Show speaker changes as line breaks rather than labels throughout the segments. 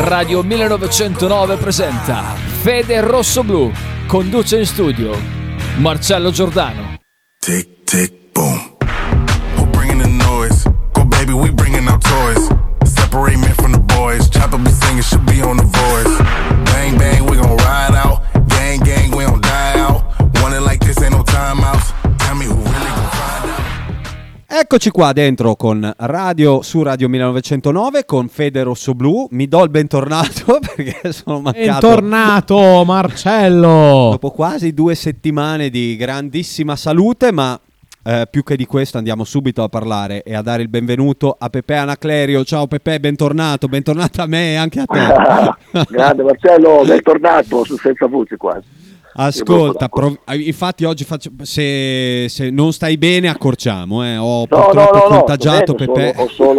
Radio 1909 presenta Fede Rossoblu. Conduce in studio Marcello Giordano.
Tick, tick, boom. Who bringing the noise? Go baby, we bringing our toys. Separate men from the boys. Chopper be singing, should be on the voice. Bang, bang, we gon' ride out. Gang, gang, we don't die out. Want it like this, ain't no timeouts. Tell me who really gon' find out.
Eccoci qua dentro con Radio su Radio 1909 con Fede Rossoblu. Mi do il bentornato perché sono mancato.
Bentornato Marcello.
Dopo quasi 2 settimane di grandissima salute, ma più che di questo andiamo subito a parlare e a dare il benvenuto a Pepe Anaclerio. Ciao Pepe, bentornato a me e anche a te.
Grande Marcello, bentornato su Senza Voce quasi.
Ascolta, infatti oggi se non stai bene accorciamo, ho purtroppo contagiato Pepe.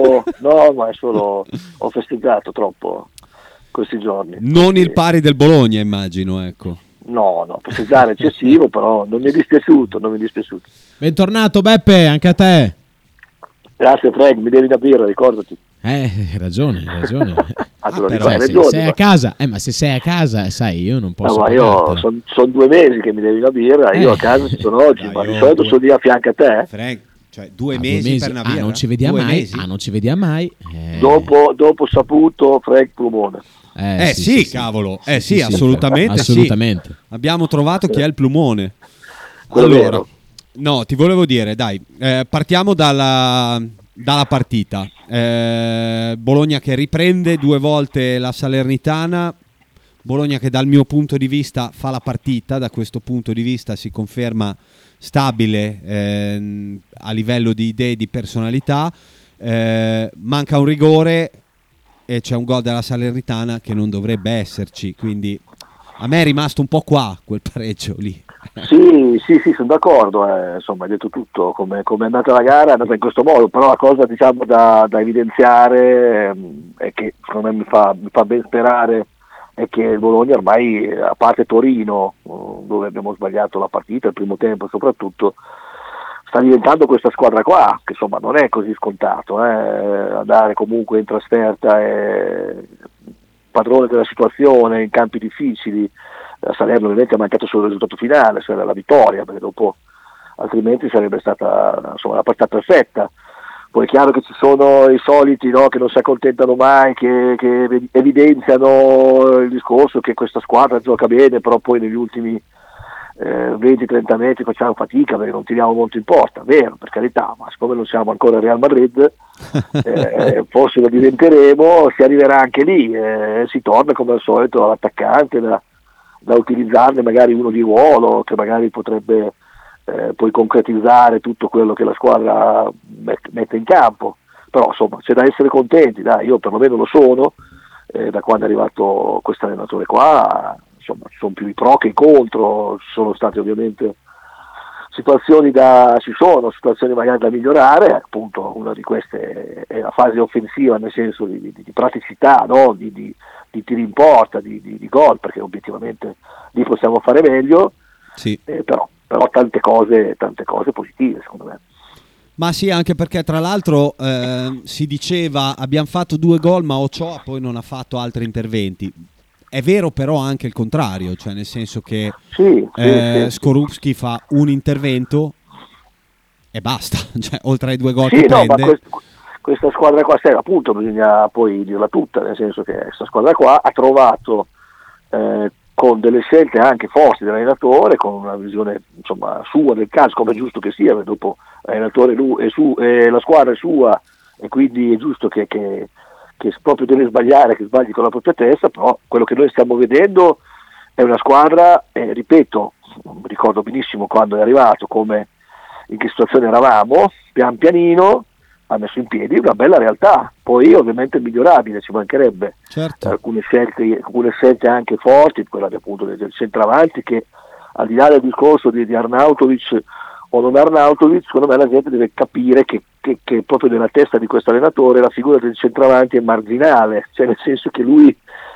Ho festeggiato troppo questi giorni.
Non il pari del Bologna, immagino, ecco.
No, festeggiare eccessivo, però non mi è dispiaciuto.
Bentornato Beppe, anche a te.
Grazie Frank, mi devi una birra, ricordati.
Hai ragione.
Sei
a casa, ma se sei a casa, sai, io non posso.
No, ma io sono 2 mesi che mi devi una birra, io a casa ci sono oggi, ma di solito sono lì a fianco a te.
Frank, cioè 2 mesi per una birra.
Non ci vediamo mai.
Dopo saputo Frank Plumone.
Sì, cavolo. Sì, assolutamente. Abbiamo trovato chi è il plumone. Allora, no, ti volevo dire, dai, partiamo dalla partita. Bologna che riprende 2 volte la Salernitana. Bologna che dal mio punto di vista fa la partita, da questo punto di vista si conferma stabile a livello di idee, di personalità. Manca un rigore e c'è un gol della Salernitana che non dovrebbe esserci, quindi a me è rimasto un po' qua quel pareggio lì.
Sì, sono d'accordo, insomma hai detto tutto, come è andata la gara è andata in questo modo, però la cosa diciamo da evidenziare è che secondo me mi fa ben sperare è che il Bologna ormai, a parte Torino dove abbiamo sbagliato la partita, il primo tempo soprattutto, sta diventando questa squadra qua, che insomma non è così scontato, andare comunque in trasferta è padrone della situazione in campi difficili. A Salerno ovviamente ha mancato solo il risultato finale, cioè la vittoria, perché dopo altrimenti sarebbe stata la partita perfetta. Poi è chiaro che ci sono i soliti che non si accontentano mai, che evidenziano il discorso che questa squadra gioca bene, però poi negli ultimi 20-30 metri facciamo fatica perché non tiriamo molto in porta, vero, per carità, ma siccome non siamo ancora il Real Madrid, forse lo diventeremo, si arriverà anche lì, si torna come al solito all'attaccante da utilizzarne magari uno di ruolo che magari potrebbe poi concretizzare tutto quello che la squadra mette in campo. Però insomma c'è da essere contenti, dai, io perlomeno lo sono, da quando è arrivato questo allenatore qua, insomma ci sono più i pro che i contro, ci sono state ovviamente situazioni magari da migliorare, appunto una di queste è la fase offensiva, nel senso di praticità, no? di tiri in porta, di gol, perché obiettivamente lì possiamo fare meglio,
sì.
Però tante cose positive secondo me.
Ma sì, anche perché tra l'altro si diceva abbiamo fatto 2 gol ma Ochoa poi non ha fatto altri interventi. È vero però anche il contrario, cioè nel senso che
sì.
Skorupski fa un intervento e basta, cioè oltre ai 2 gol
sì,
che
no,
prende.
Ma questa squadra qua, appunto, bisogna poi dirla tutta, nel senso che questa squadra qua ha trovato con delle scelte anche forti dell'allenatore, con una visione insomma sua del calcio, come è giusto che sia, perché dopo l'allenatore la squadra è sua e quindi è giusto che proprio deve sbagliare, che sbagli con la propria testa, però quello che noi stiamo vedendo è una squadra, ripeto, ricordo benissimo quando è arrivato, in che situazione eravamo, pian pianino ha messo in piedi una bella realtà, poi ovviamente migliorabile, ci mancherebbe,
certo.
alcune scelte anche forti, quella appunto del centravanti, che al di là del discorso di Arnautovic o non Arnautovic, secondo me la gente deve capire che proprio nella testa di questo allenatore la figura del centravanti è marginale, cioè nel senso che lui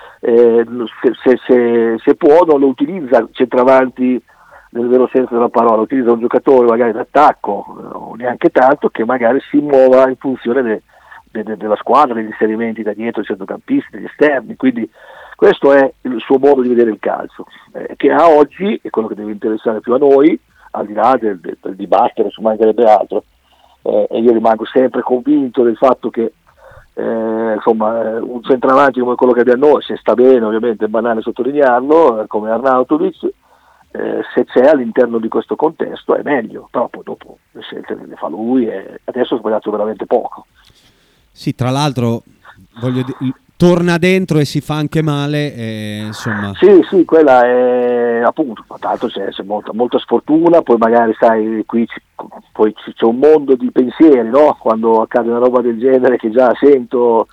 se può non lo utilizza il centravanti nel vero senso della parola, utilizza un giocatore magari d'attacco, o neanche tanto, che magari si muova in funzione della squadra, degli inserimenti da dietro, i centrocampisti, degli esterni, quindi questo è il suo modo di vedere il calcio, che a oggi è quello che deve interessare più a noi, al di là del dibattere, ci mancherebbe altro, e io rimango sempre convinto del fatto che un centravanti come quello che abbiamo noi, se sta bene, ovviamente è banale sottolinearlo, come Arnautovic, se c'è all'interno di questo contesto è meglio, però poi dopo le scelte le fa lui e adesso ha sbagliato veramente poco.
Sì, tra l'altro torna dentro e si fa anche male, insomma.
Sì, quella è appunto, tanto c'è molta sfortuna, poi magari sai, qui c'è un mondo di pensieri, no? Quando accade una roba del genere che già sento.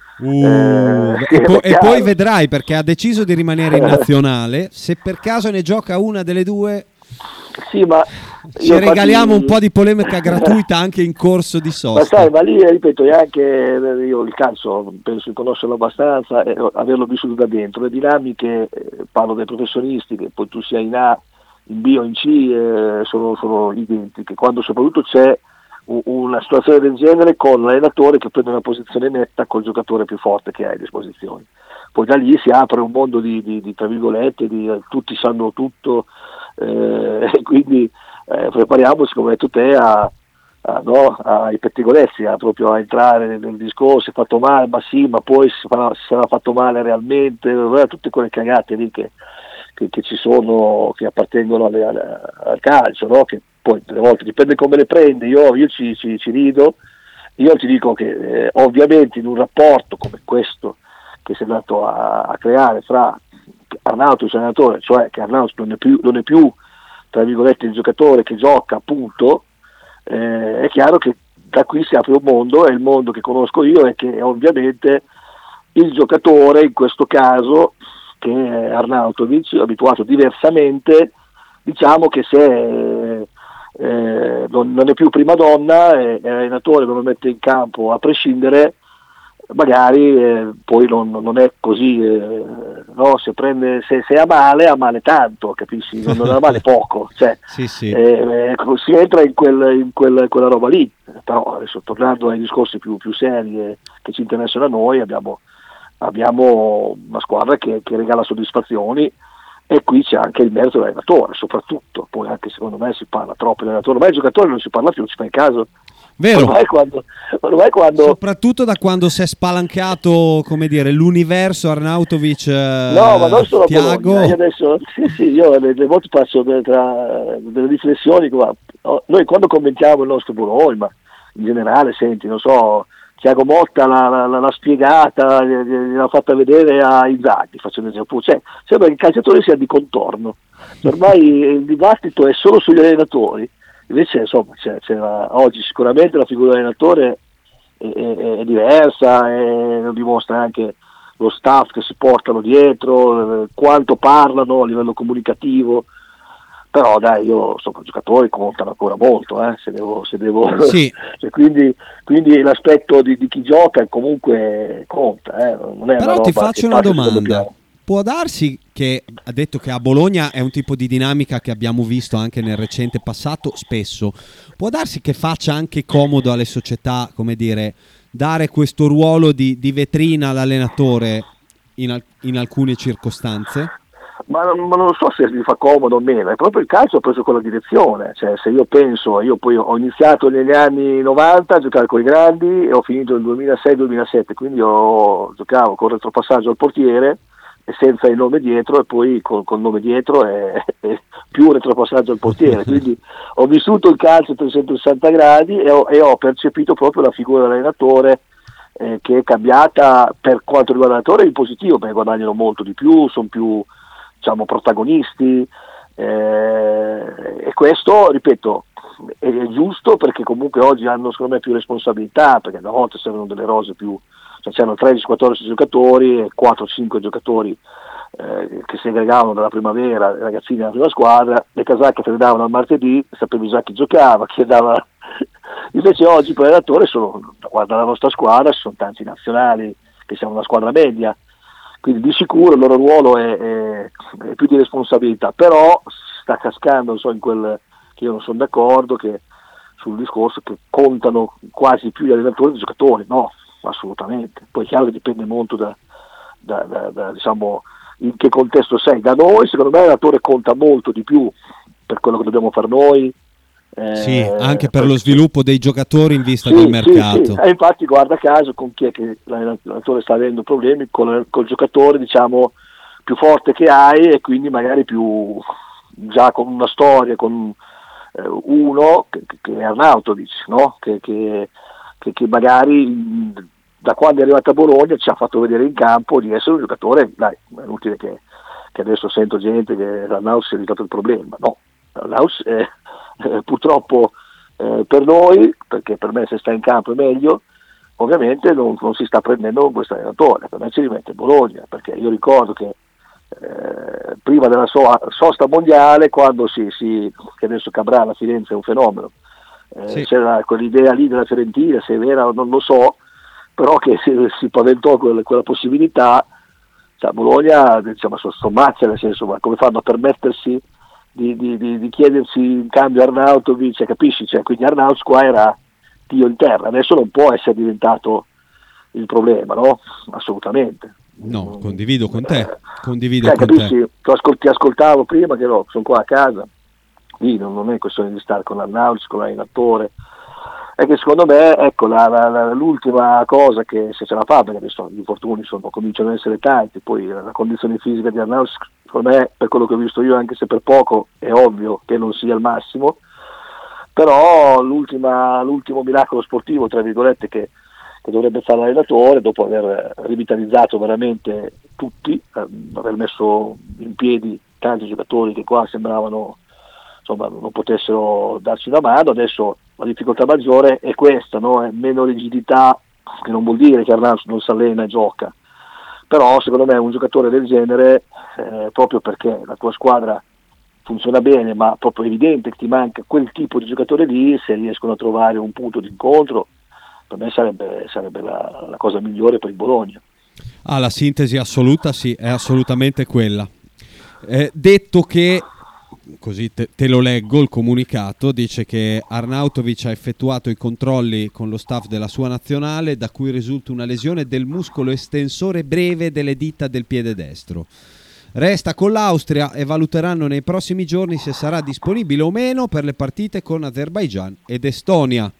E poi vedrai, perché ha deciso di rimanere in nazionale, se per caso ne gioca una delle due.
Sì, ma
ci regaliamo un po' di polemica gratuita anche in corso di sosta.
Ma sai, ma lì ripeto, è anche io il calcio penso di conoscerlo abbastanza, averlo vissuto da dentro, le dinamiche, parlo dei professionisti, che poi tu sia in A, in B o in C, sono identiche, quando soprattutto c'è una situazione del genere con l'allenatore che prende una posizione netta col giocatore più forte che hai a disposizione. Poi da lì si apre un mondo di tra virgolette, tutti sanno tutto, quindi prepariamoci, come hai detto te, ai pettegolezzi, proprio a entrare nel discorso, è fatto male, ma sì, ma poi si sarà fatto male realmente, tutte quelle cagate lì che ci sono, che appartengono al calcio, no? Che poi delle volte dipende come le prende, io ci rido, io ti dico che ovviamente in un rapporto come questo che si è andato a creare fra Arnautovic e il allenatore, cioè che Arnautovic non è più tra virgolette il giocatore che gioca, appunto, è chiaro che da qui si apre un mondo, e il mondo che conosco io è che ovviamente il giocatore in questo caso, che è Arnautovic, abituato diversamente, diciamo che se non è più prima donna e l'allenatore non lo mette in campo a prescindere, magari poi non è così, no? Se ha male tanto, capisci? Non ha male poco, cioè,
sì.
si entra in quella roba lì. Però adesso, tornando ai discorsi più seri che ci interessano a noi, abbiamo una squadra che regala soddisfazioni, e qui c'è anche il merito dell'allenatore, soprattutto. Poi anche secondo me si parla troppo dell'allenatore, ma il giocatore non si parla più, non ci fai caso.
Vero.
Ormai quando
soprattutto da quando si è spalancato, come dire, l'universo Arnautovic,
no, ma non solo
Thiago.
Io adesso io le volte faccio delle riflessioni, noi quando commentiamo il nostro Bologna, ma in generale, senti, non so, Thiago Motta l'ha spiegata, l'ha fatta vedere a Inzaghi, faccio un esempio, cioè, sembra che il calciatore sia di contorno, ormai il dibattito è solo sugli allenatori. Invece insomma oggi sicuramente la figura dell'allenatore è diversa, e lo dimostra anche lo staff che si portano dietro, quanto parlano a livello comunicativo. Però dai, i giocatori contano ancora molto, se devo
Sì.
Cioè, quindi l'aspetto di chi gioca comunque conta, non è.
Però
una roba
ti faccio
che
una
passa secondo
domanda.
piano.
Può darsi che, ha detto che a Bologna è un tipo di dinamica che abbiamo visto anche nel recente passato spesso, può darsi che faccia anche comodo alle società, come dire, dare questo ruolo di vetrina all'allenatore in alcune circostanze?
Ma non so se mi fa comodo o meno, è proprio il calcio ha preso quella direzione, cioè se io poi ho iniziato negli anni 90 a giocare con i grandi e ho finito nel 2006-2007, quindi giocavo con retropassaggio al portiere e senza il nome dietro, e poi col nome dietro e più retropassaggio al portiere, quindi ho vissuto il calcio a 360 gradi e ho percepito proprio la figura dell'allenatore, che è cambiata per quanto riguarda l'allenatore in positivo, perché guadagnano molto di più, sono più, diciamo, protagonisti, e questo, ripeto, è giusto, perché comunque oggi hanno secondo me più responsabilità, perché una volta servono delle rose più, cioè c'erano 13-14 giocatori e 4-5 giocatori che si aggregavano dalla primavera, i ragazzini della prima squadra, le casacche te le davano al martedì, sapevi già chi giocava, chi andava. Invece oggi per l'allenatore guarda la nostra squadra, ci sono tanti nazionali che siamo una squadra media, quindi di sicuro il loro ruolo è più di responsabilità, però sta cascando in quel che io non sono d'accordo, che sul discorso che contano quasi più gli allenatori dei giocatori, no, assolutamente. Poi è chiaro che dipende molto da diciamo in che contesto sei. Da noi secondo me l'allenatore conta molto di più per quello che dobbiamo fare noi,
sì, anche per lo sviluppo dei giocatori in vista del mercato.
E infatti guarda caso con chi è che l'allenatore sta avendo problemi col giocatore diciamo più forte che hai, e quindi magari più già con una storia, con uno che è Arnautovic, no? che magari da quando è arrivato a Bologna ci ha fatto vedere in campo di essere un giocatore, dai, è inutile che adesso sento gente che Arnautovic sia risolto il problema, no, Arnautovic purtroppo per noi, perché per me se sta in campo è meglio, ovviamente non si sta prendendo con questo allenatore, per me ci rimette Bologna, perché io ricordo che prima della sosta mondiale, quando che adesso Cabral a Firenze è un fenomeno, c'era quell'idea lì della Fiorentina, se è vera non lo so, però che si paventò quella possibilità, cioè Bologna diciamo sommazza, nel senso, ma come fanno a permettersi di chiedersi in cambio Arnautovic, capisci? Cioè, quindi Arnautovic qua era Dio in terra, adesso non può essere diventato il problema, no? Assolutamente.
No, condivido con te.
Capisci? Ti ascoltavo prima che sono qua a casa, lì non è questione di stare con Arnautovic, con l'allenatore, è che secondo me ecco l'ultima cosa che se ce la fa, perché adesso gli infortuni cominciano ad essere tanti, poi la condizione fisica di Arnautovic secondo me, per quello che ho visto io, anche se per poco, è ovvio che non sia il massimo, però l'ultimo miracolo sportivo tra virgolette che dovrebbe fare l'allenatore, dopo aver rivitalizzato veramente tutti, aver messo in piedi tanti giocatori che qua sembravano non potessero darci una mano, adesso la difficoltà maggiore è questa, no? È meno rigidità, che non vuol dire che Arnautovic non si allena e gioca, però secondo me un giocatore del genere, proprio perché la tua squadra funziona bene, ma proprio evidente che ti manca quel tipo di giocatore lì, se riescono a trovare un punto di incontro, per me sarebbe la cosa migliore per il Bologna.
La sintesi assoluta sì, è assolutamente quella. Detto che, così te lo leggo, il comunicato dice che Arnautovic ha effettuato i controlli con lo staff della sua nazionale, da cui risulta una lesione del muscolo estensore breve delle dita del piede destro. Resta con l'Austria e valuteranno nei prossimi giorni se sarà disponibile o meno per le partite con Azerbaigian ed Estonia.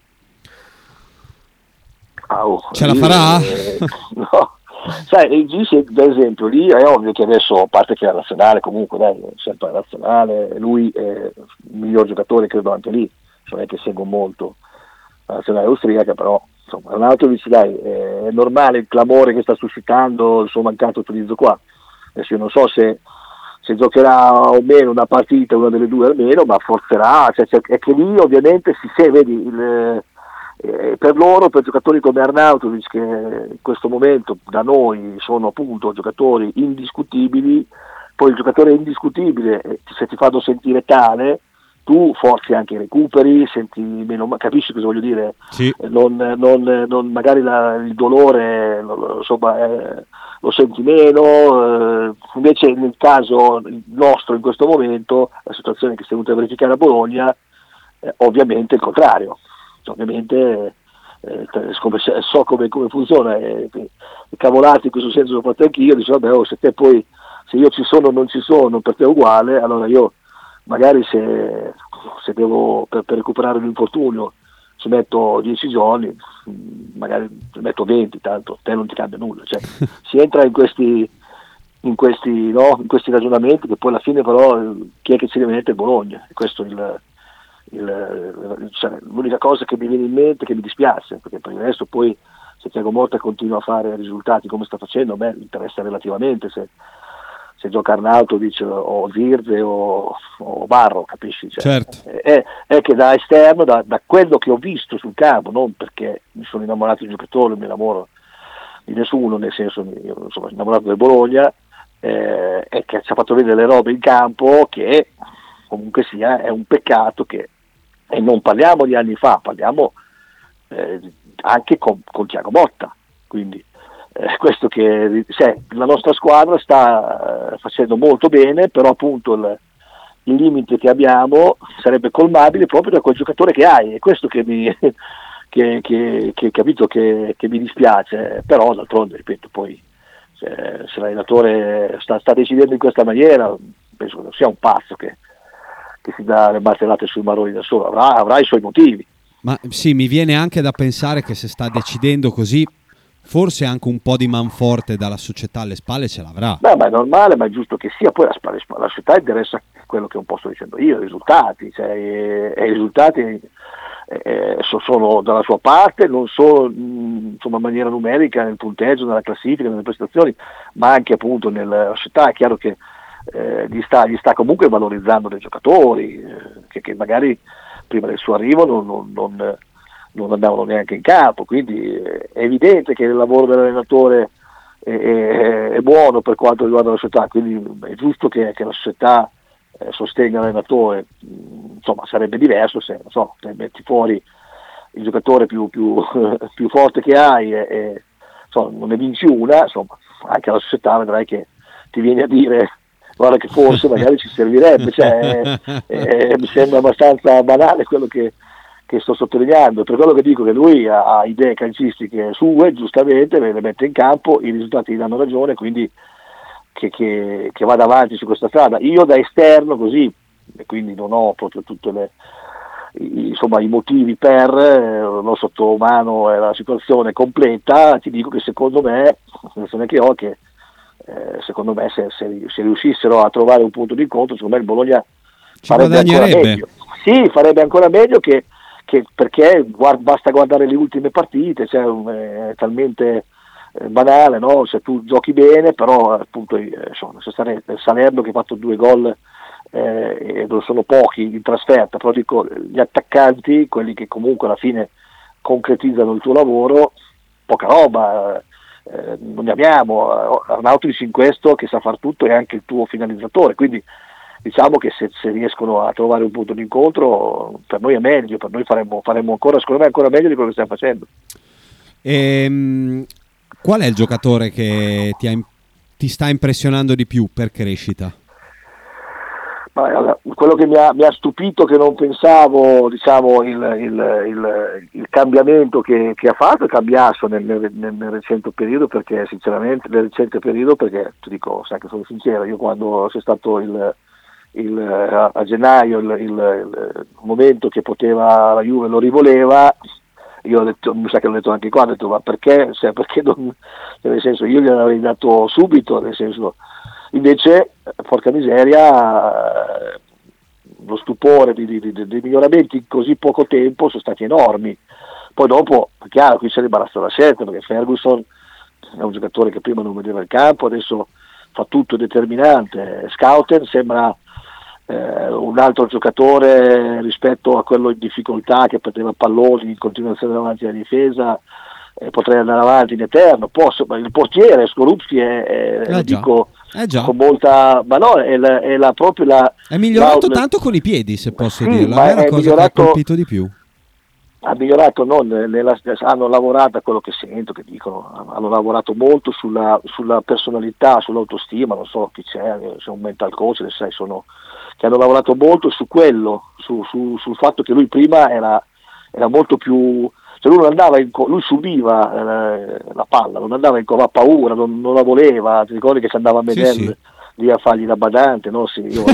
Ce la farà?
No. Sai, per esempio lì è ovvio che adesso, a parte che la nazionale comunque dai, sempre la nazionale, lui è il miglior giocatore credo anche lì, non è che seguo molto la nazionale austriaca, però insomma Arnautovic dai, è normale il clamore che sta suscitando il suo mancato utilizzo qua. Adesso io non so se giocherà o meno una partita, una delle due almeno, ma forzerà, cioè, è che lì ovviamente vedi per loro, per giocatori come Arnautovic, che in questo momento da noi sono appunto giocatori indiscutibili, poi il giocatore indiscutibile, se ti fanno sentire tale, tu forzi anche i recuperi, senti meno, capisci cosa voglio dire?
Sì.
Non magari il dolore lo senti meno, invece nel caso nostro in questo momento, la situazione che si è venuta a verificare a Bologna, ovviamente il contrario. Ovviamente so come funziona, i cavolati in questo senso l'ho fatto anch'io, dico vabbè, se io ci sono o non ci sono, per te è uguale, allora io magari se devo per recuperare l'infortunio ci metto 10 giorni, magari ci metto 20, tanto a te non ti cambia nulla, cioè si entra in questi ragionamenti che poi alla fine però chi è che ci rimette? Il Bologna, e questo l'unica cosa che mi viene in mente, che mi dispiace, perché per il resto poi se Thiago Motta continua a fare risultati come sta facendo, a me interessa relativamente se gioca Arnautovic o Zirze o Barro, capisci? Cioè,
certo.
È che da esterno, da quello che ho visto sul campo, non perché mi sono innamorato di giocatore, non mi innamoro di nessuno, nel senso io sono innamorato del Bologna, è che ci ha fatto vedere le robe in campo che comunque sia, è un peccato che, e non parliamo di anni fa, parliamo anche con Thiago Motta, quindi questo che la nostra squadra sta facendo molto bene, però appunto il limite che abbiamo sarebbe colmabile proprio da quel giocatore che hai, e questo che capito che mi dispiace, però d'altronde, ripeto, poi se l'allenatore sta decidendo in questa maniera, penso che non sia un pazzo che si dà le martellate sui maroni da solo, avrà i suoi motivi.
Ma sì, mi viene anche da pensare che se sta decidendo così, forse anche un po' di manforte dalla società alle spalle ce l'avrà.
Beh, ma è normale, ma è giusto che sia. Poi la società interessa quello che un po' sto dicendo io, i risultati, e i risultati sono dalla sua parte, non solo insomma in maniera numerica nel punteggio, nella classifica, nelle prestazioni, ma anche appunto nella società. È chiaro che gli sta comunque valorizzando dei giocatori che magari prima del suo arrivo non andavano neanche in campo, quindi è evidente che il lavoro dell'allenatore è buono per quanto riguarda la società, quindi è giusto che la società sostenga l'allenatore. Insomma, sarebbe diverso se metti fuori il giocatore più forte che hai e non ne vinci una, insomma, anche la società vedrai che ti viene a dire guarda che forse magari ci servirebbe, mi sembra abbastanza banale quello che sto sottolineando. Per quello che dico che lui ha idee calcistiche sue, giustamente le mette in campo, i risultati gli danno ragione, quindi che vada avanti su questa strada. Io da esterno così, e quindi non ho proprio tutte i motivi per, non ho sotto mano la situazione completa, ti dico che secondo me, la sensazione che ho è che secondo me se riuscissero a trovare un punto di incontro, secondo me il Bologna farebbe ancora meglio. Sì, farebbe ancora meglio che perché basta guardare le ultime partite, è talmente banale, no? Se tu giochi bene, però appunto Salerno che ha fatto 2 gol e non sono pochi in trasferta, però dico gli attaccanti, quelli che comunque alla fine concretizzano il tuo lavoro, poca roba. Non ne abbiamo. Arnautovic in questo che sa far tutto è anche il tuo finalizzatore, quindi diciamo che se riescono a trovare un punto di incontro per noi è meglio, per noi faremmo ancora, secondo me ancora meglio di quello che stiamo facendo.
Qual è il giocatore che ti sta impressionando di più per crescita?
Quello che mi ha stupito, che non pensavo, diciamo, il cambiamento che ha fatto, il cambiasso nel recente periodo, perché sinceramente ti dico, sai che sono sincero, io quando c'è stato a gennaio il momento che poteva la Juve lo rivoleva, io ho detto, mi sa che l'ho detto anche qua, ho detto ma perché non, nel senso io gliel'avrei dato subito, nel senso. Invece, porca miseria, lo stupore dei miglioramenti in così poco tempo sono stati enormi. Poi dopo, chiaro, qui c'è l'imbarazzo della scelta, perché Ferguson è un giocatore che prima non vedeva il campo, adesso fa tutto determinante. Scouten sembra un altro giocatore rispetto a quello in difficoltà che perdeva palloni in continuazione davanti alla difesa, potrei andare avanti in eterno. Il portiere Skorupski con molta, ma no, è
migliorato tanto con i piedi, se posso dirlo, è la cosa che ha colpito di più.
Ha migliorato, hanno lavorato, a quello che sento, che dicono, hanno lavorato molto sulla personalità, sull'autostima, non so chi c'è un mental coach, che hanno lavorato molto su quello, sul fatto che lui prima era molto più, cioè lui subiva la palla, non andava in aveva paura, non la voleva. Ti ricordi che ci andava a Medel lì a fargli la badante, no? Sì, io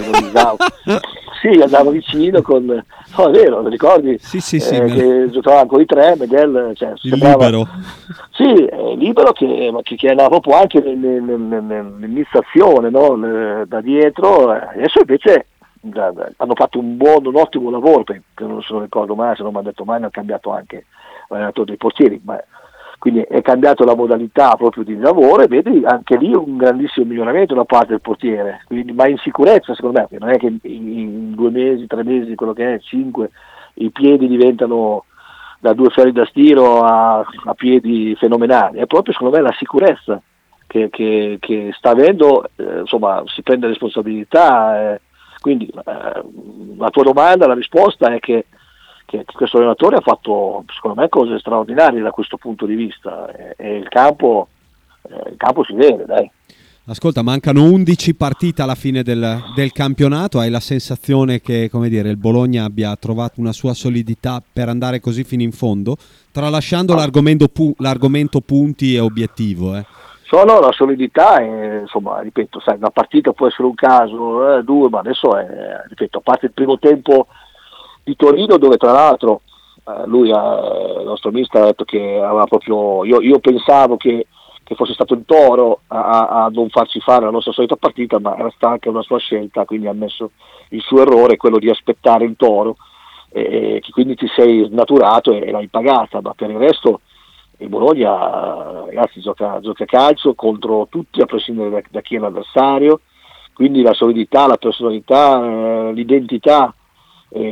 sì, andavo vicino è vero, ti ricordi? Che giocava con i 3, Medel,
libero.
Sì, libero che andava proprio anche nell'iniziazione, no? Da dietro. Adesso invece hanno fatto un ottimo lavoro, perché non se lo ricordo mai, se non mi ha detto mai, hanno cambiato anche l'allenatore dei portieri, quindi è cambiato la modalità proprio di lavoro, e vedi anche lì un grandissimo miglioramento da parte del portiere, quindi, ma in sicurezza secondo me, non è che in 2 mesi, 3 mesi, quello che è, 5, i piedi diventano da 2 ferri da stiro a piedi fenomenali, è proprio secondo me la sicurezza che sta avendo, insomma si prende responsabilità, quindi la tua domanda, la risposta è che questo allenatore ha fatto secondo me cose straordinarie da questo punto di vista, e il campo si vede, dai.
Ascolta, mancano 11 partite alla fine del campionato. Hai la sensazione che, come dire, il Bologna abbia trovato una sua solidità per andare così fino in fondo, tralasciando l'argomento punti e obiettivo?
No, la solidità è, insomma, ripeto, sai, una partita può essere un caso, due, ma adesso ripeto, a parte il primo tempo di Torino, dove tra l'altro il nostro mister ha detto che aveva proprio, io pensavo che fosse stato il Toro a non farci fare la nostra solita partita, ma era stata anche una sua scelta, quindi ha ammesso il suo errore, quello di aspettare il Toro, che quindi ti sei snaturato e l'hai pagata, ma per il resto il Bologna, ragazzi, gioca calcio contro tutti, a prescindere da chi è l'avversario, quindi la solidità, la personalità, l'identità è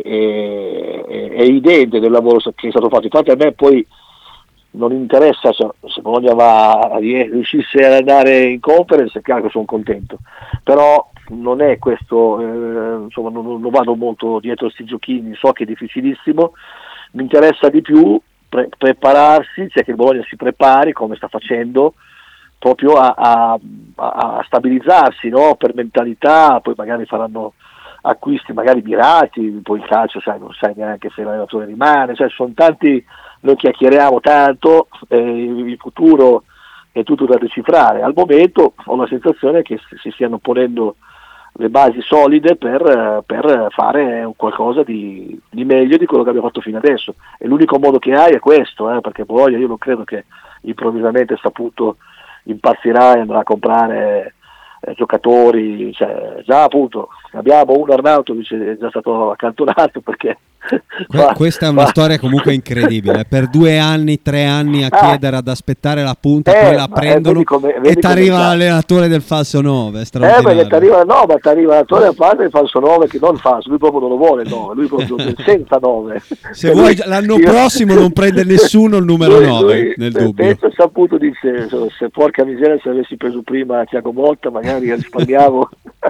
evidente del lavoro che è stato fatto. Infatti a me poi non interessa se Bologna riuscisse ad andare in Conference, è chiaro che sono contento, però non è questo, insomma non vado molto dietro a questi giochini, so che è difficilissimo, mi interessa di più prepararsi, cioè che il Bologna si prepari come sta facendo proprio a stabilizzarsi, no? Per mentalità, poi magari faranno acquisti magari mirati, poi il calcio non sai neanche se l'allenatore rimane, cioè sono tanti, noi chiacchieriamo tanto, il futuro è tutto da decifrare. Al momento ho la sensazione che si stiano ponendo le basi solide per fare qualcosa di meglio di quello che abbiamo fatto fino adesso, e l'unico modo che hai è questo, perché Bologna io non credo che improvvisamente saputo impazzirà e andrà a comprare giocatori, cioè, già appunto abbiamo un Arnautovic è già stato accantonato perché
questa è una storia comunque incredibile, per 2 anni 3 anni a chiedere, ad aspettare la punta, poi la prendono e ti arriva l'allenatore del falso 9, straordinario.
Ti arriva l'allenatore a parte del falso 9, che non falso, lui proprio non lo vuole il 9, lui proprio senza 9.
Se vuoi l'anno prossimo non prende nessuno il numero 9 nel dubbio.
Penso saputo, dice, se porca miseria, se avessi preso prima Thiago Motta magari risparmiavo.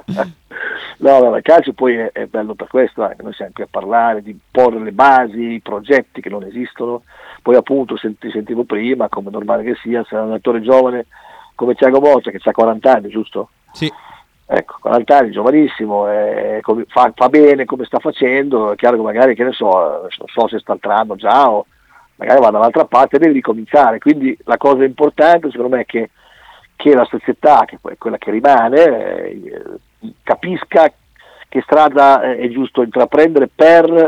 No, il calcio poi è bello per questo, noi siamo qui a parlare di porre le basi, i progetti che non esistono, poi appunto sentivo prima, come normale che sia, se è un allenatore giovane come Thiago Motta che ha 40 anni, giusto?
Sì.
Ecco, 40 anni, giovanissimo, fa bene come sta facendo, è chiaro che magari, che ne so, non so se sta altro già o magari va dall'altra parte e deve ricominciare, quindi la cosa importante secondo me è che la società, che poi è quella che rimane, capisca che strada è giusto intraprendere per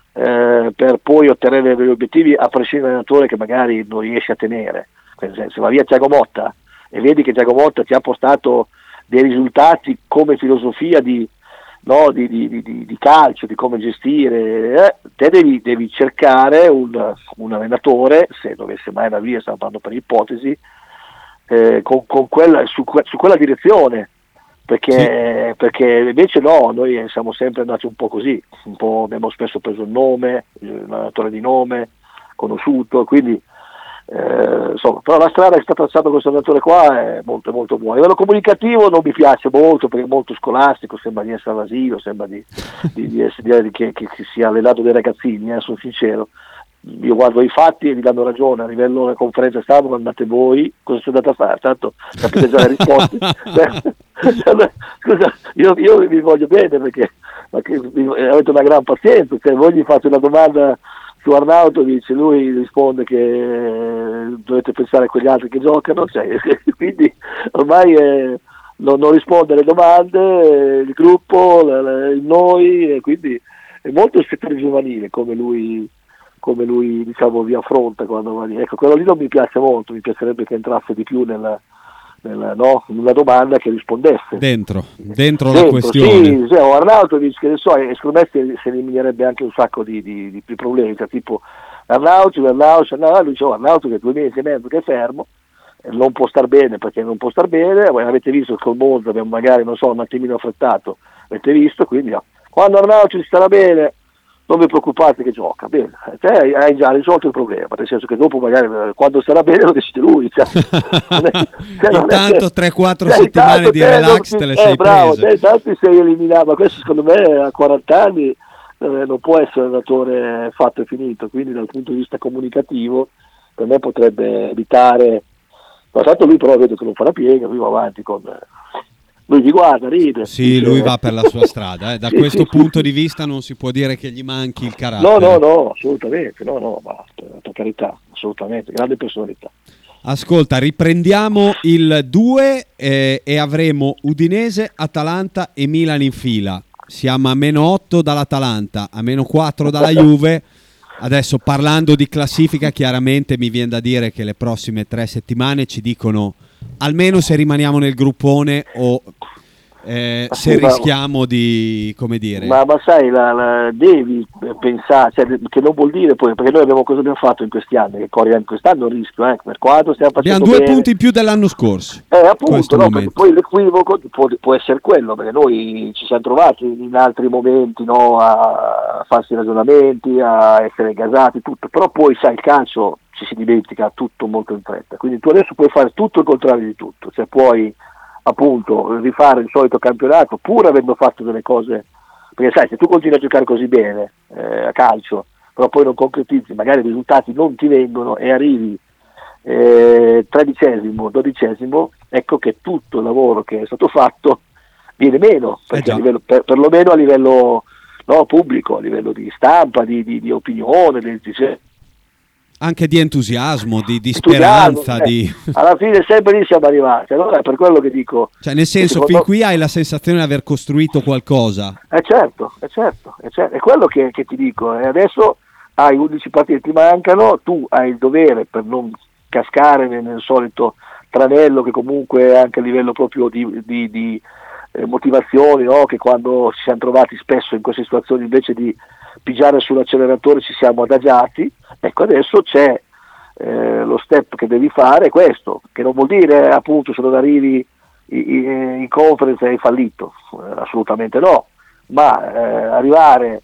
poi ottenere degli obiettivi, a prescindere dall'allenatore che magari non riesce a tenere. Se va via Thiago Motta e vedi che Thiago Motta ti ha portato dei risultati come filosofia di calcio, di come gestire, te devi cercare un allenatore, se dovesse mai andare via, stiamo parlando per ipotesi, con quella, su quella direzione, perché invece no, noi siamo sempre andati un po' così, abbiamo spesso preso il nome, l'allenatore di nome conosciuto, quindi insomma, però la strada che sta tracciando questo allenatore qua è molto molto buona. A livello comunicativo non mi piace molto perché è molto scolastico, sembra di essere all'asilo, sembra che sia allenato dei ragazzini, sono sincero. Io guardo i fatti e vi danno ragione. A livello della conferenza stampa andate voi, cosa c'è andate a fare? Tanto capite già le risposte. Scusa, io vi voglio bene perché avete una gran pazienza, cioè voi gli fate una domanda su Arnautovic, lui risponde che dovete pensare a quegli altri che giocano, cioè, quindi ormai non risponde alle domande, il gruppo, il noi, e quindi è molto il settore giovanile come lui diciamo vi affronta quando va lì. Ecco, quello lì non mi piace molto, mi piacerebbe che entrasse di più nella domanda, che rispondesse dentro
la questione.
Sì, o Arnautovic, che ne so, e secondo me si eliminerebbe anche un sacco di problemi, cioè, tipo Arnautovic, lui dice Arnautovic che 2 mesi e mezzo che è fermo, non può star bene perché non può star bene, voi avete visto che col Monza abbiamo magari, non so, un attimino affrettato, avete visto, quindi quando Arnautovic starà bene non vi preoccupate che gioca bene, hai già risolto il problema, nel senso che dopo magari quando sarà bene lo decide lui,
intanto 3-4 settimane di relax te le sei prese.
Intanto ti sei eliminato, ma questo secondo me a 40 anni non può essere un allenatore fatto e finito, quindi dal punto di vista comunicativo per me potrebbe evitare, ma tanto lui però vedo che non fa la piega, lui va avanti lui ti guarda, ride.
Sì, lui va per la sua strada, da questo punto di vista non si può dire che gli manchi il carattere.
No, assolutamente, ma per carità, assolutamente, grande personalità.
Ascolta, riprendiamo il 2 e avremo Udinese, Atalanta e Milan in fila. Siamo a -8 dall'Atalanta, a -4 dalla Juve. Adesso, parlando di classifica, chiaramente mi viene da dire che le prossime 3 settimane ci dicono almeno se rimaniamo nel gruppone o se rischiamo di, come dire.
Ma sai, devi pensare, cioè, che non vuol dire poi, perché noi cosa abbiamo fatto in questi anni? Che corriamo quest'anno il rischio, per quanto stiamo facendo
abbiamo 2
bene,
punti in più dell'anno scorso.
Appunto, no, perché poi l'equivoco può essere quello, perché noi ci siamo trovati in altri momenti, no, a farsi ragionamenti, a essere gasati, tutto, però poi sai, il calcio ci si dimentica tutto molto in fretta, quindi tu adesso puoi fare tutto il contrario di tutto, cioè puoi appunto rifare il solito campionato pur avendo fatto delle cose, perché sai, se tu continui a giocare così bene a calcio, però poi non concretizzi, magari i risultati non ti vengono e arrivi 13°, 12°, ecco che tutto il lavoro che è stato fatto viene meno, perché a livello, perlomeno a livello pubblico, a livello di stampa, di opinione,
anche di entusiasmo, di speranza.
Alla fine sempre lì siamo arrivati, allora è per quello che dico.
Cioè, nel senso, fin qui hai la sensazione di aver costruito qualcosa.
Certo, è quello che ti dico. E adesso hai 11 partite, ti mancano, tu hai il dovere, per non cascare nel solito tranello che comunque anche a livello proprio di motivazioni, no? Che quando ci siamo trovati spesso in queste situazioni, invece di pigiare sull'acceleratore ci siamo adagiati. Ecco, adesso c'è lo step che devi fare, è questo, che non vuol dire appunto se non arrivi in conference hai fallito, assolutamente no, ma arrivare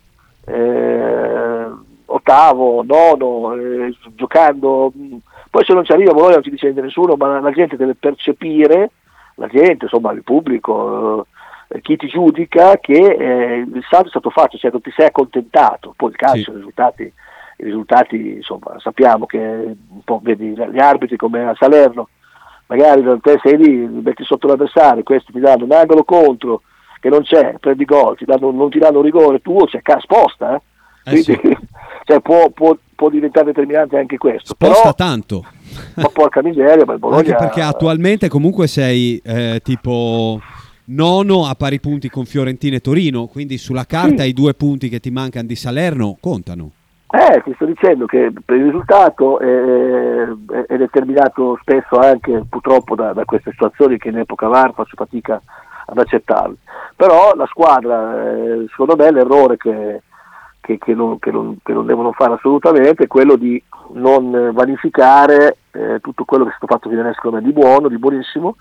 ottavo, nono, giocando, poi se non ci arriva Bologna non ci dice niente nessuno, ma la gente deve percepire, la gente, insomma il pubblico, chi ti giudica, che il salto è stato fatto, cioè non ti sei accontentato, poi il calcio, sì. I risultati insomma sappiamo che un po', vedi gli arbitri come a Salerno, magari te sei lì, metti sotto l'avversario, questi ti danno un angolo contro che non c'è, prendi gol, non ti danno un rigore tuo, c'è sposta, quindi
sì.
Cioè, può diventare determinante anche questo,
sposta
però,
tanto,
ma porca miseria, ma il Bologna,
anche perché attualmente comunque sei tipo nono a pari punti con Fiorentina e Torino, quindi sulla carta i 2 punti che ti mancano di Salerno contano.
Ti sto dicendo che per il risultato è determinato spesso anche purtroppo da queste situazioni che in epoca VAR faccio fatica ad accettarle, però la squadra, secondo me l'errore che non devono fare assolutamente è quello di non vanificare tutto quello che è stato fatto finora, secondo me, di buono, di buonissimo,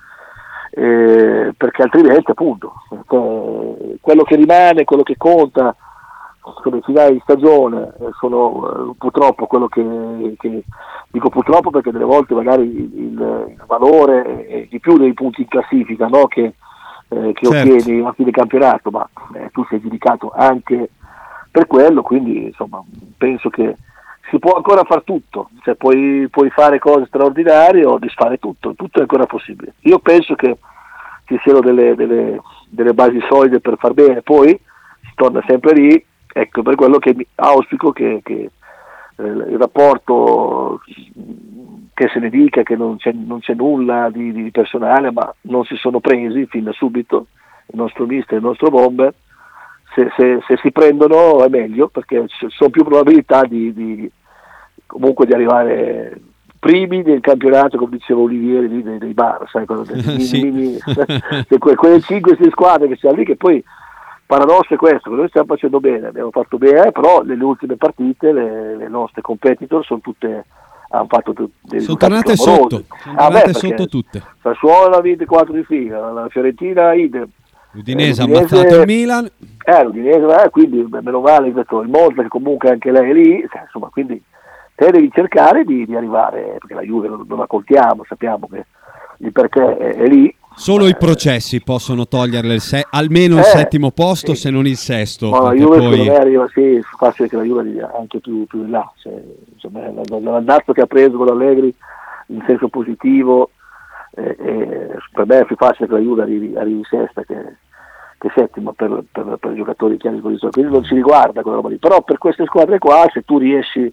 perché altrimenti appunto quello che rimane, quello che conta come finale di stagione sono purtroppo quello che dico purtroppo, perché delle volte magari il valore è di più dei punti in classifica, no? che
certo.
Ottieni a fine campionato, ma tu sei giudicato anche per quello, quindi insomma penso che si può ancora far tutto, cioè puoi fare cose straordinarie o disfare tutto è ancora possibile. Io penso che ci siano delle basi solide per far bene, poi si torna sempre lì. Ecco, per quello che auspico che il rapporto, che se ne dica che non c'è nulla di personale, ma non si sono presi fin da subito il nostro mister e il nostro bomber, se si prendono è meglio, perché ci sono più probabilità comunque di arrivare primi del campionato, come diceva Olivieri dei bar, sai,
sì.
quelle 5-6 squadre che siamo lì, che poi paradosso è questo, che noi stiamo facendo bene, abbiamo fatto bene, però nelle ultime partite le nostre competitor hanno fatto dei
sono tornate sotto, sotto tutte.
Sassuolo ha vinto 4 di fila, la Fiorentina idem,
l'Udinese ha ammazzato il Milan,
l'Udinese, quindi meno male il Monza, che comunque anche lei è lì, insomma, quindi te devi cercare di arrivare, perché la Juve non la contiamo, sappiamo che il perché è lì.
Solo i processi possono toglierle almeno il settimo posto, se non il sesto.
Ma la Juve poi arriva, sì, facile che la Juve arriva anche più in là, cioè, insomma, l'andazzo che ha preso con Allegri in senso positivo, per me è più facile che la Juve arrivi sesta che settima per i giocatori che hanno a disposizione, quindi non ci riguarda quella roba lì. Però per queste squadre qua, se tu riesci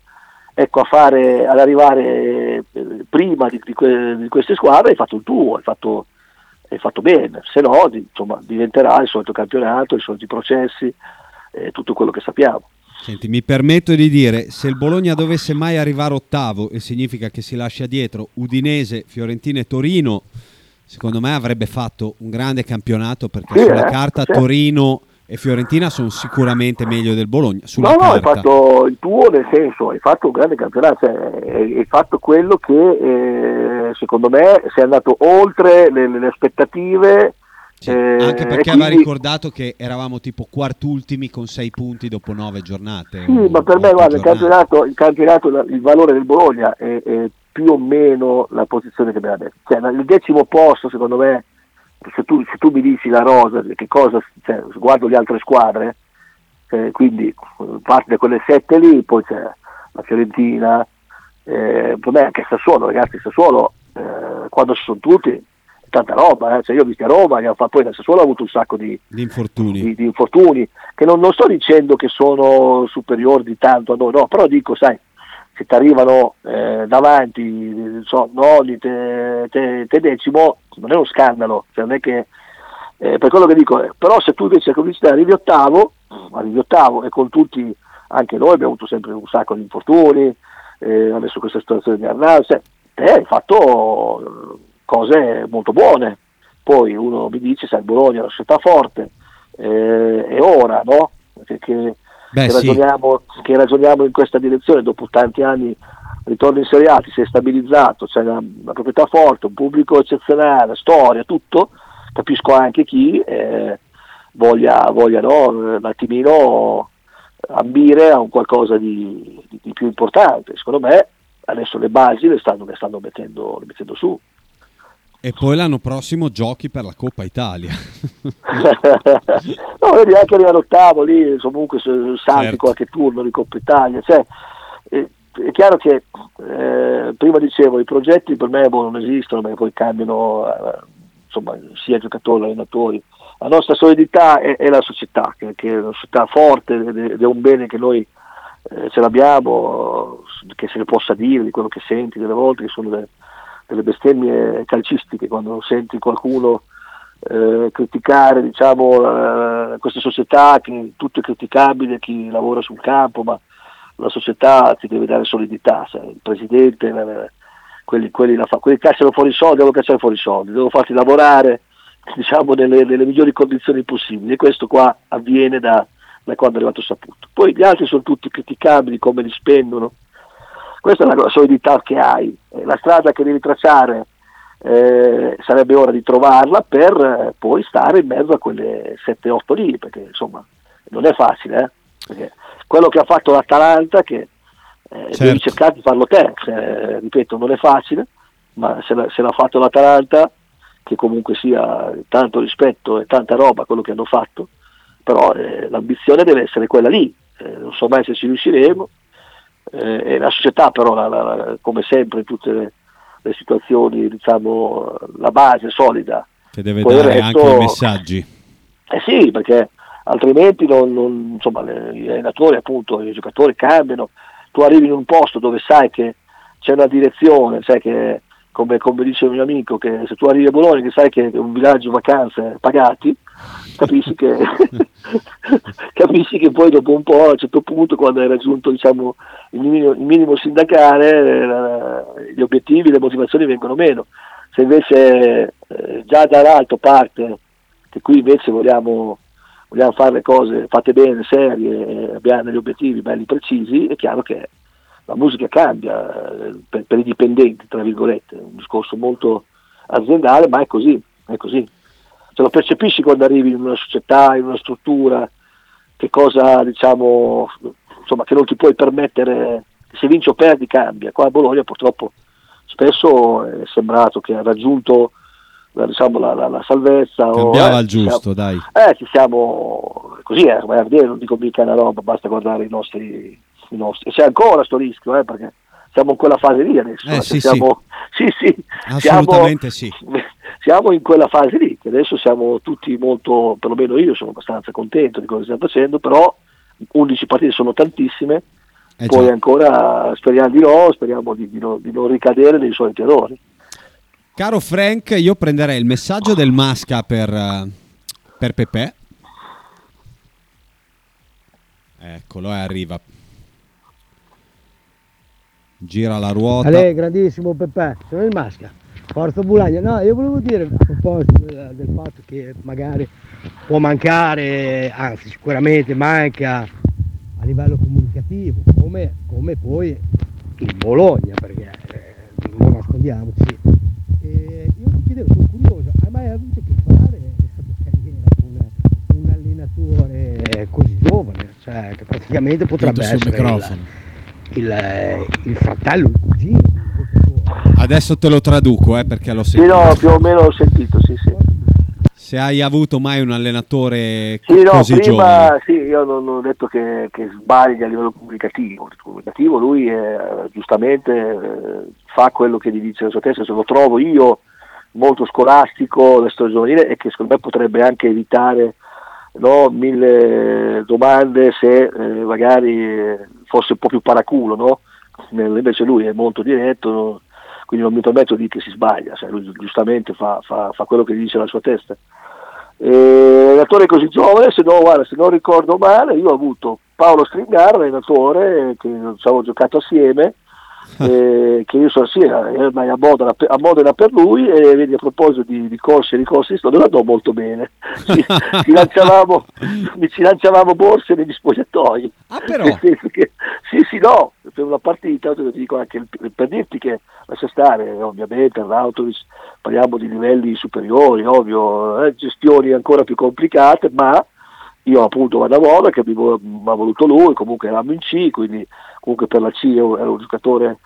ad arrivare prima di queste squadre, hai fatto il tuo, hai fatto bene, se no insomma diventerà il solito campionato, i soliti processi, tutto quello che sappiamo.
Senti, mi permetto di dire, se il Bologna dovesse mai arrivare ottavo, e significa che si lascia dietro Udinese, Fiorentina e Torino, secondo me avrebbe fatto un grande campionato, perché sulla carta Torino e Fiorentina sono sicuramente meglio del Bologna. Sulla carta.
Hai fatto il tuo, nel senso, hai fatto un grande campionato, hai fatto quello che secondo me sei andato oltre le aspettative.
Sì, anche perché aveva ricordato che eravamo tipo quartultimi con 6 punti dopo 9 giornate.
Sì, ma per me guarda, il campionato, il valore del Bologna è più o meno la posizione che abbiamo detto. Cioè, il 10° posto, secondo me, se tu mi dici la rosa, che cosa, cioè, guardo le altre squadre, quindi parte da quelle 7 lì, poi c'è la Fiorentina, per me anche Sassuolo, ragazzi, Sassuolo quando ci sono tutti tanta roba, cioè io ho visto a Roma, poi da Sassuolo ha avuto un sacco di infortuni, che non sto dicendo che sono superiori di tanto a noi, no, però dico, sai, se ti arrivano davanti, nonni, te decimo, non è uno scandalo, cioè non è che per quello che dico, però se tu invece arrivi ottavo e con tutti, anche noi abbiamo avuto sempre un sacco di infortuni, adesso questa situazione di Arnal, te hai fatto cose molto buone. Poi uno mi dice, sai, il Bologna è una società forte, è ora, no? Che ragioniamo in questa direzione. Dopo tanti anni ritorno in Serie A, ti sei stabilizzato, c'è una proprietà forte, un pubblico eccezionale, storia, tutto. Capisco anche chi voglia no, un attimino ambire a un qualcosa di più importante. Secondo me adesso le basi le stanno mettendo su.
E poi l'anno prossimo giochi per la Coppa Italia.
No, vedi, anche arrivare all'ottavo lì, comunque salti qualche turno di Coppa Italia. Cioè, è chiaro che prima dicevo, i progetti per me non esistono, ma poi cambiano, insomma, sia giocatori, allenatori. La nostra solidità è la società, che è una società forte ed è un bene che noi ce l'abbiamo, che se ne possa dire di quello che senti delle volte, che sono delle bestemmie calcistiche, quando senti qualcuno criticare, diciamo, questa società, che tutto è criticabile, chi lavora sul campo, ma la società ti deve dare solidità, sai? Il presidente, quelli cacciano fuori i soldi, devono cacciare fuori i soldi, devono farti lavorare, diciamo, nelle migliori condizioni possibili, e questo qua avviene da quando è arrivato Saputo. Poi gli altri sono tutti criticabili, come li spendono. Questa è la solidità che hai, la strada che devi tracciare sarebbe ora di trovarla per poi stare in mezzo a quelle 7-8 lì, perché insomma non è facile, perché quello che ha fatto l'Atalanta, che devi cercare di farlo te, ripeto, non è facile, ma se l'ha fatto l'Atalanta, che comunque sia tanto rispetto e tanta roba quello che hanno fatto, però l'ambizione deve essere quella lì, non so mai se ci riusciremo. E la società però, come sempre in tutte le situazioni, diciamo, la base solida,
che deve dare anche i messaggi.
Sì, perché altrimenti insomma, gli allenatori, appunto, i giocatori cambiano. Tu arrivi in un posto dove sai che c'è una direzione, sai che, come dice il mio amico, che se tu arrivi a Bologna, che sai che è un villaggio vacanze pagati, capisci che poi dopo un po', a un certo punto, quando hai raggiunto, diciamo, il minimo sindacale, gli obiettivi, le motivazioni vengono meno. Se invece già dall'alto parte che qui invece vogliamo fare le cose fatte bene, serie, abbiamo degli obiettivi belli precisi, è chiaro che la musica cambia per i dipendenti, tra virgolette, è un discorso molto aziendale, ma è così. Se lo percepisci quando arrivi in una società, in una struttura, che cosa, diciamo, insomma, che non ti puoi permettere, se vinci o perdi cambia. Qua a Bologna purtroppo spesso è sembrato che ha raggiunto, diciamo, la salvezza,
cambiava il giusto, dai.
Ci siamo così, non dico mica una roba, basta guardare i nostri, e c'è ancora sto rischio, perché siamo in quella fase lì adesso.
Sì.
Assolutamente
sì.
Siamo in quella fase lì, che adesso siamo tutti molto, perlomeno io sono abbastanza contento di cosa stiamo facendo, però 11 partite sono tantissime, poi ancora speriamo di non ricadere nei soliti errori.
Caro Frank, io prenderei il messaggio del Masca per Pepe. Eccolo, arriva. Gira la ruota.
Grandissimo Pepe, sono il Masca. Forza Bulagna. No, io volevo dire a proposito del fatto che magari può mancare, anzi sicuramente manca a livello comunicativo, come poi il Bologna, perché non nascondiamoci. Io ti chiedevo, sono curioso, hai mai avuto a che fare nella tua carriera con un allenatore così giovane, cioè che praticamente potrebbe essere il fratello, il cugino?
Adesso te lo traduco perché l'ho sentito.
Sì, no, più o meno l'ho sentito, sì.
Se hai avuto mai un allenatore
così
giovane.
Sì, io non ho detto che sbaglia a livello comunicativo. Lui giustamente fa quello che gli dice la sua testa, se lo trovo io molto scolastico da storia giovanile e che secondo me potrebbe anche evitare 1000 domande se magari fosse un po' più paraculo, no? Invece lui è molto diretto, quindi non mi permetto di dire che si sbaglia, lui giustamente fa quello che gli dice la sua testa. Allenatore così giovane, se non ricordo male, io ho avuto Paolo Stringaro, allenatore che ci avevo giocato assieme, che io sono ormai a Modena per lui, e vedi, a proposito di corsi e ricorsi di storia, lo andò molto bene. ci lanciavamo borse negli spogliatoi.
Però
nel senso che no, per una partita ti dico anche per dirti che lascia stare, ovviamente Arnautovic, parliamo di livelli superiori, ovvio, gestioni ancora più complicate, ma io appunto vado a Modena che mi ha voluto lui, comunque eravamo in C, quindi comunque per la C era un giocatore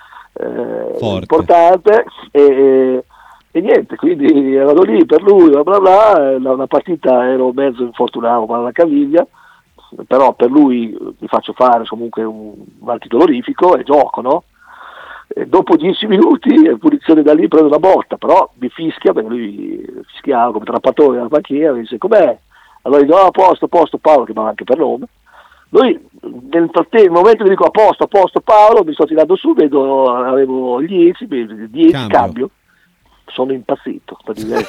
importante, e niente, quindi ero lì per lui, bla bla bla. Una partita ero mezzo infortunato per la caviglia, però per lui mi faccio fare comunque un antidolorifico e gioco, no? E dopo 10 minuti, punizione da lì, prendo una botta, però mi fischia, perché lui fischiava come trappatore nella panchina, mi dice com'è? Allora dico a posto Paolo, che mi anche per nome. Lui nel momento che dico a posto Paolo, mi sto tirando su, vedo, avevo gli 10 cambio, sono impazzito per dire,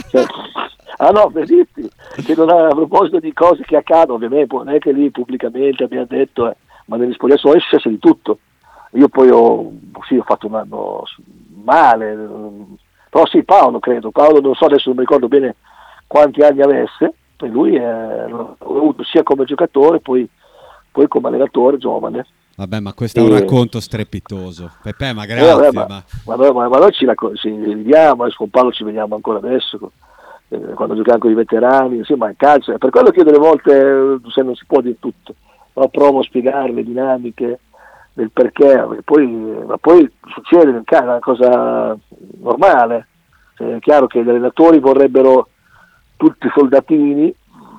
per dirti che a proposito di cose che accadono, ovviamente non è che lì pubblicamente abbiamo detto, ma negli spogliatoi è successo di tutto. Io poi ho fatto un anno male, però sì, Paolo non so, adesso non mi ricordo bene quanti anni avesse, e lui l'ho avuto sia come giocatore poi come allenatore giovane.
Vabbè, ma questo è un racconto strepitoso. Pepe, ma grazie.
Ma noi ci vediamo, adesso con Paolo ci vediamo ancora adesso, quando giochiamo con i veterani, ma il calcio, è per quello che io delle volte, se non si può dire tutto, però provo a spiegare le dinamiche del perché, ma poi succede, è una cosa normale. È chiaro che gli allenatori vorrebbero tutti soldatini,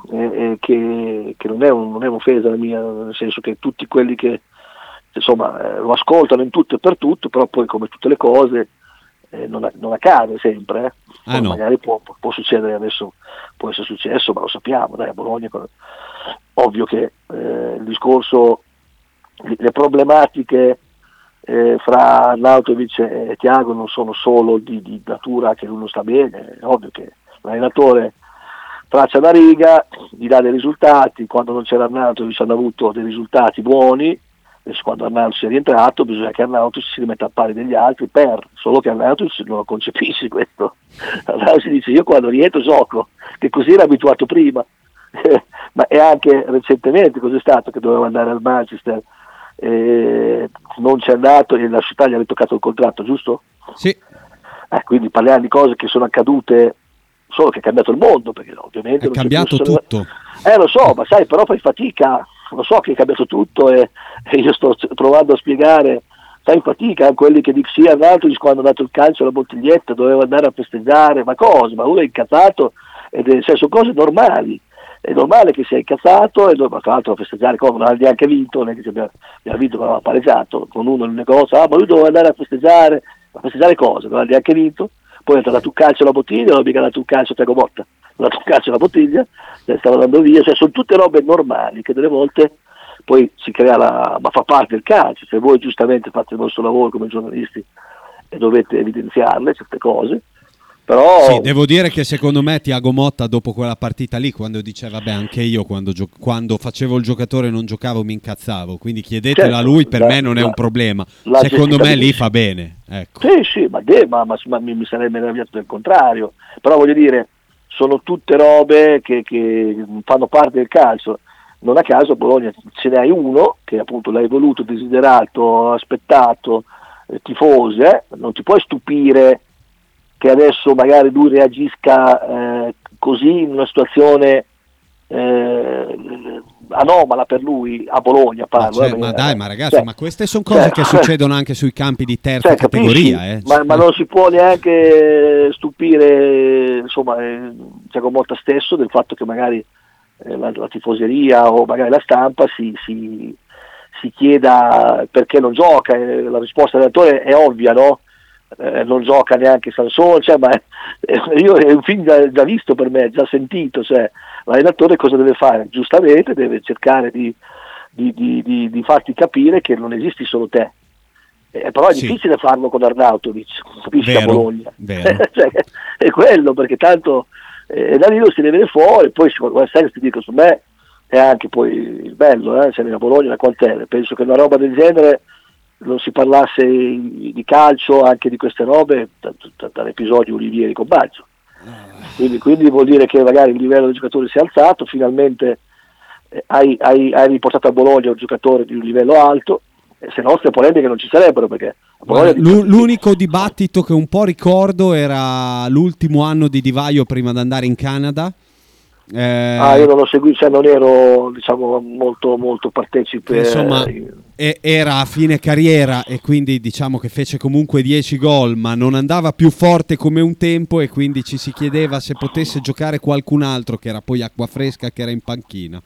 che non è un'offesa la mia, nel senso che tutti quelli che insomma lo ascoltano in tutto e per tutto, però poi come tutte le cose non accade sempre,
no.
Magari può succedere, adesso può essere successo, ma lo sappiamo, a Bologna ovvio che il discorso, le problematiche fra Arnautovic e Thiago non sono solo di natura che lui non sta bene, è ovvio che l'allenatore traccia una riga, gli dà dei risultati, quando non c'era Arnautovic hanno avuto dei risultati buoni, adesso quando Arnautovic è rientrato bisogna che Arnautovic si rimetta al pari degli altri, solo che Arnautovic non lo concepisce questo. Arnautovic dice io quando rientro gioco, che così era abituato prima, ma è anche recentemente cos'è stato che doveva andare al Manchester, non c'è andato e la società gli ha ritoccato il contratto, giusto?
Sì.
Quindi parliamo di cose che sono accadute, solo che è cambiato il mondo, perché ovviamente
è cambiato tutto.
Lo so, ma sai, però fai fatica, lo so che è cambiato tutto e io sto provando a spiegare, fai fatica, quelli che dicono sì, Arnautovic quando ha dato il calcio alla bottiglietta doveva andare a festeggiare, ma cosa? Ma uno è incazzato, sono cose normali, è normale che sia incazzato, tra l'altro a festeggiare come non ha neanche vinto, non è che abbiamo vinto, ma aveva pareggiato con uno nel negozio, ma lui doveva andare a festeggiare cosa? Non ha neanche vinto, poi ha dato un calcio alla bottiglia, non ha mica dato un calcio a Thiago Motta, ha dato un calcio alla bottiglia, stava andando via, cioè sono tutte robe normali che delle volte poi si crea ma fa parte del calcio, cioè voi giustamente fate il vostro lavoro come giornalisti e dovete evidenziarle certe cose. Però
sì, devo dire che secondo me Thiago Motta dopo quella partita lì, quando diceva vabbè anche io quando facevo il giocatore non giocavo mi incazzavo, quindi chiedetelo a lui, per me non è un problema, secondo me lì fa bene, ecco.
Sì, ma mi sarebbe meravigliato del contrario, però voglio dire, sono tutte robe che fanno parte del calcio. Non a caso a Bologna ce ne hai uno che appunto l'hai voluto, desiderato, aspettato, tifosi, non ti puoi stupire che adesso magari lui reagisca così in una situazione anomala per lui a Bologna, parlo.
Ma ragazzi, ma queste sono cose che succedono anche sui campi di terza categoria.
Ma non si può neanche stupire, insomma, Thiago Motta stesso del fatto che magari la tifoseria o magari la stampa si chieda perché non gioca. La risposta dell'allenatore è ovvia, no? Non gioca neanche Sansone, cioè, ma è un film già visto per me, già sentito, cioè, l'allenatore cosa deve fare? Giustamente deve cercare di farti capire che non esisti solo te, però è difficile farlo con Arnautovic, capisci, a Bologna. Cioè, è quello, perché tanto da lì lo si deve fuori. Poi sai, ti dico, su me è anche poi il bello, se a Bologna la quant'è, penso che una roba del genere non si parlasse di calcio, anche di queste robe, dall'episodio Olivieri con Baggio. Quindi vuol dire che magari il livello del giocatore si è alzato, finalmente hai riportato a Bologna un giocatore di un livello alto, se no queste polemiche non ci sarebbero, perché
l'unico dibattito che un po' ricordo era l'ultimo anno di Di Vaio prima di andare in Canada.
Io non lo seguì, cioè non ero, diciamo, molto partecipe.
Insomma, era a fine carriera e quindi diciamo che fece comunque 10 gol, ma non andava più forte come un tempo, e quindi ci si chiedeva se potesse giocare qualcun altro, che era poi Acquafresca, che era in panchina.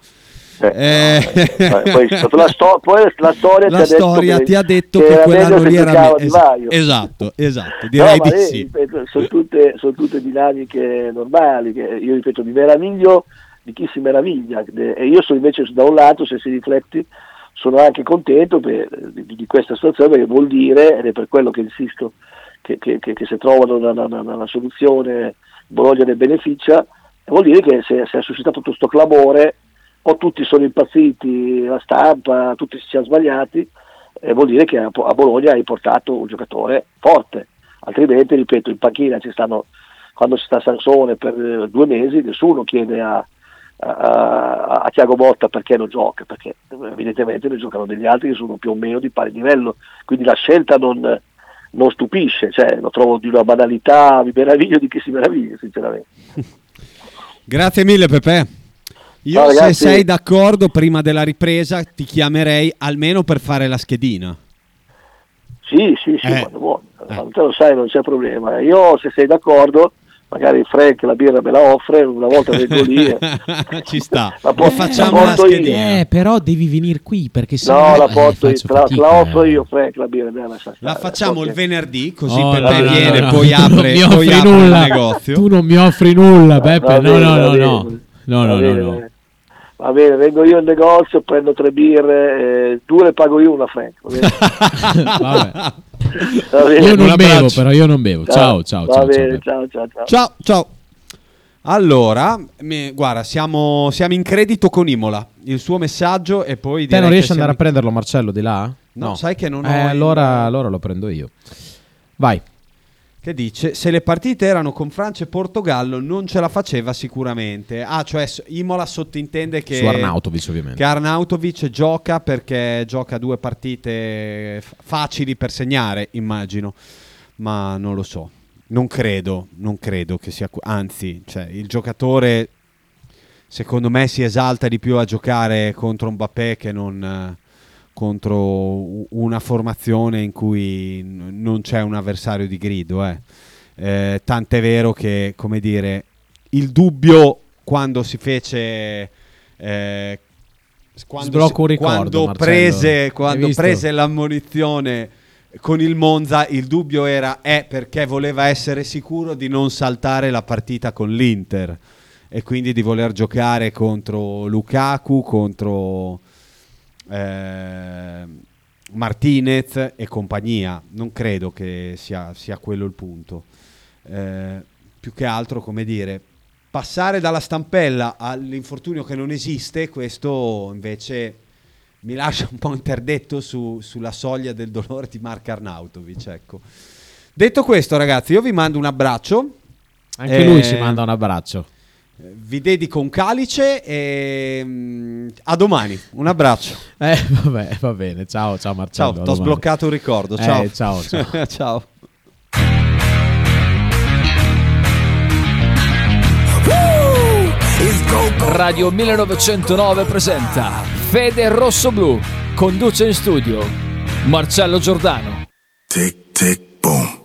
Poi la storia
ti ha detto che quell'anno lì era esatto, direi di sì.
Ripeto, sono tutte dinamiche normali, che io ripeto, mi meraviglio di chi si meraviglia, e io sono invece, da un lato, se si rifletti, sono anche contento di questa situazione, perché vuol dire, ed è per quello che insisto che se trovano una soluzione Bologna ne beneficia, vuol dire che se è suscitato tutto sto clamore, o tutti sono impazziti, la stampa, tutti si siamo sbagliati, vuol dire che a Bologna hai portato un giocatore forte, altrimenti, ripeto, in panchina quando ci sta Sansone per 2 mesi, nessuno chiede a Thiago Motta perché non gioca, perché evidentemente ne giocano degli altri che sono più o meno di pari livello, quindi la scelta non stupisce, cioè lo trovo di una banalità, mi meraviglio di chi si meraviglia, sinceramente.
Grazie mille, Pepe. Io, se sei d'accordo, prima della ripresa ti chiamerei almeno per fare la schedina.
Sì, quando vuoi. Te lo sai, non c'è problema. Io, se sei d'accordo, magari Frank la birra me la offre, una volta vengo lì.
Ci sta. Facciamo la schedina.
Però devi venire qui, perché se
no, la offro io, Frank, la birra.
La facciamo il venerdì, così Pepe viene, poi apre il negozio.
Tu non mi offri nulla, Peppe. No.
Va bene, vengo io al negozio, prendo 3 birre, 2 le pago io, una Frank.
Vabbè. Io non bevo. Ciao.
Ciao. Allora, guarda, siamo in credito con Imola. Il suo messaggio, e poi
te non riesci ad andare a prenderlo, Marcello, di là?
No, sai che non ho.
Allora lo prendo io. Vai.
Che dice: se le partite erano con Francia e Portogallo non ce la faceva sicuramente. Cioè Imola sottintende che
su Arnautovic, ovviamente,
che Arnautovic gioca perché gioca 2 partite facili per segnare, immagino, ma non lo so, non credo che sia, anzi, cioè, il giocatore secondo me si esalta di più a giocare contro Mbappé che non contro una formazione in cui non c'è un avversario di grido, tant'è vero che, come dire, il dubbio quando si fece
quando
prese l'ammonizione con il Monza, il dubbio era perché voleva essere sicuro di non saltare la partita con l'Inter e quindi di voler giocare contro Lukaku, contro Martinez e compagnia. Non credo che sia quello il punto. Più che altro, come dire, passare dalla stampella all'infortunio che non esiste, questo invece mi lascia un po' interdetto sulla soglia del dolore di Marko Arnautovic, ecco. Detto questo, ragazzi, io vi mando un abbraccio.
Anche lui si manda un abbraccio.
Vi dedico un calice e a domani. Un abbraccio.
Vabbè, va bene. Ciao Marcello.
Ciao, ti ho sbloccato un ricordo. Ciao.
Ciao.
Ciao.
Radio 1909 presenta Fede Rossoblu. Conduce in studio Marcello Giordano.
Tick, tick, boom.